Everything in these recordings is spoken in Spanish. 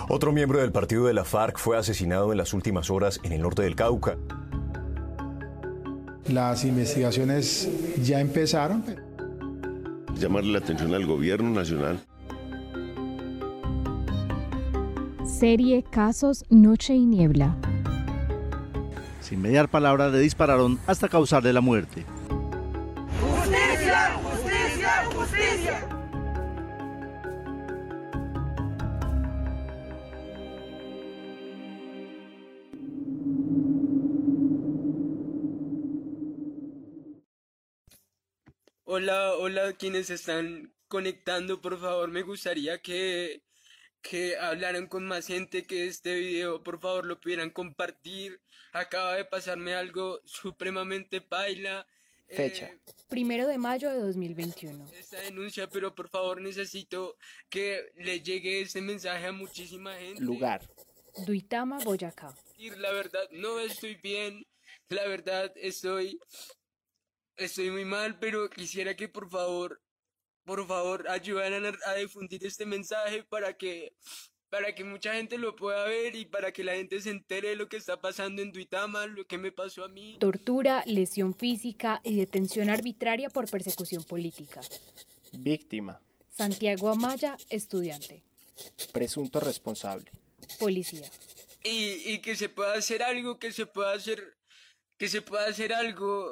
Otro miembro del partido de la FARC fue asesinado en las últimas horas en el norte del Cauca. Las investigaciones ya empezaron. Llamarle la atención al gobierno nacional. Serie Casos Noche y Niebla. Sin mediar palabra le dispararon hasta causarle la muerte. ¡Justicia! ¡Justicia! ¡Justicia! Hola, quienes están conectando, por favor, me gustaría que hablaran con más gente, que este video, por favor, lo pudieran compartir. Acaba de pasarme algo supremamente paila. Fecha. 1 de mayo de 2021. Esta denuncia, pero por favor necesito que le llegue ese mensaje a muchísima gente. Lugar. Duitama, Boyacá. La verdad, no estoy bien. La verdad, estoy muy mal, pero quisiera que por favor, ayudaran a difundir este mensaje para que mucha gente lo pueda ver y para que la gente se entere de lo que está pasando en Duitama, lo que me pasó a mí. Tortura, lesión física y detención arbitraria por persecución política. Víctima. Santiago Amaya, estudiante. Presunto responsable. Policía. Y que se pueda hacer algo, que se pueda hacer algo.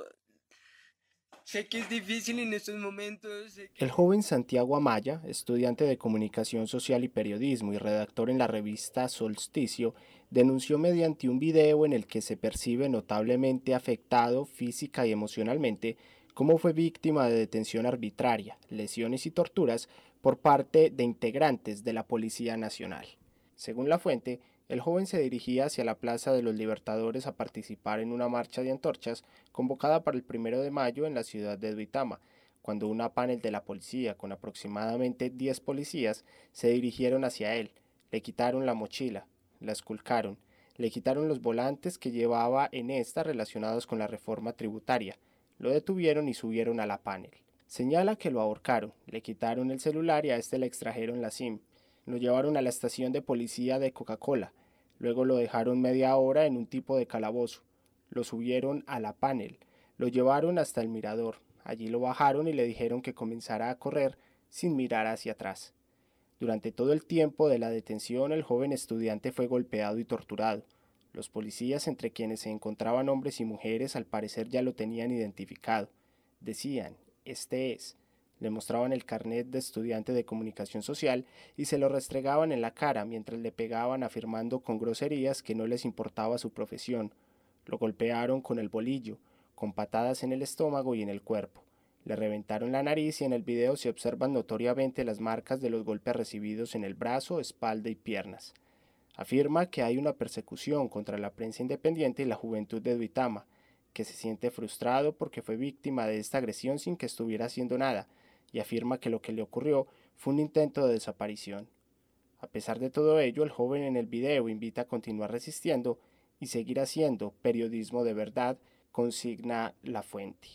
Sé que es difícil en estos momentos. El joven Santiago Amaya, estudiante de Comunicación Social y Periodismo y redactor en la revista Solsticio, denunció mediante un video en el que se percibe notablemente afectado física y emocionalmente cómo fue víctima de detención arbitraria, lesiones y torturas por parte de integrantes de la Policía Nacional. Según la fuente, el joven se dirigía hacia la Plaza de los Libertadores a participar en una marcha de antorchas convocada para el 1 de mayo en la ciudad de Duitama, cuando una panel de la policía con aproximadamente 10 policías se dirigieron hacia él, le quitaron la mochila, la esculcaron, le quitaron los volantes que llevaba en esta relacionados con la reforma tributaria, lo detuvieron y subieron a la panel. Señala que lo ahorcaron, le quitaron el celular y a este le extrajeron la SIM. Lo llevaron a la estación de policía de Coca-Cola, luego lo dejaron media hora en un tipo de calabozo, lo subieron a la panel, lo llevaron hasta el mirador, allí lo bajaron y le dijeron que comenzara a correr sin mirar hacia atrás. Durante todo el tiempo de la detención el joven estudiante fue golpeado y torturado. Los policías, entre quienes se encontraban hombres y mujeres, al parecer ya lo tenían identificado. Decían, este es. Le mostraban el carnet de estudiante de comunicación social y se lo restregaban en la cara mientras le pegaban afirmando con groserías que no les importaba su profesión. Lo golpearon con el bolillo, con patadas en el estómago y en el cuerpo. Le reventaron la nariz y en el video se observan notoriamente las marcas de los golpes recibidos en el brazo, espalda y piernas. Afirma que hay una persecución contra la prensa independiente y la juventud de Duitama, que se siente frustrado porque fue víctima de esta agresión sin que estuviera haciendo nada, y afirma que lo que le ocurrió fue un intento de desaparición. A pesar de todo ello, el joven en el video invita a continuar resistiendo y seguir haciendo periodismo de verdad, consigna la fuente.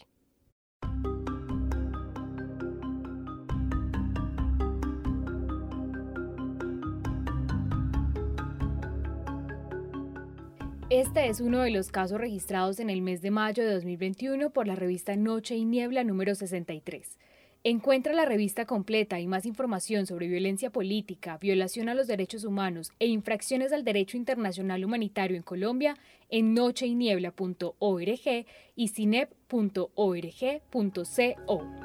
Este es uno de los casos registrados en el mes de mayo de 2021 por la revista Noche y Niebla número 63. Encuentra la revista completa y más información sobre violencia política, violación a los derechos humanos e infracciones al derecho internacional humanitario en Colombia en nocheyniebla.org y cinep.org.co.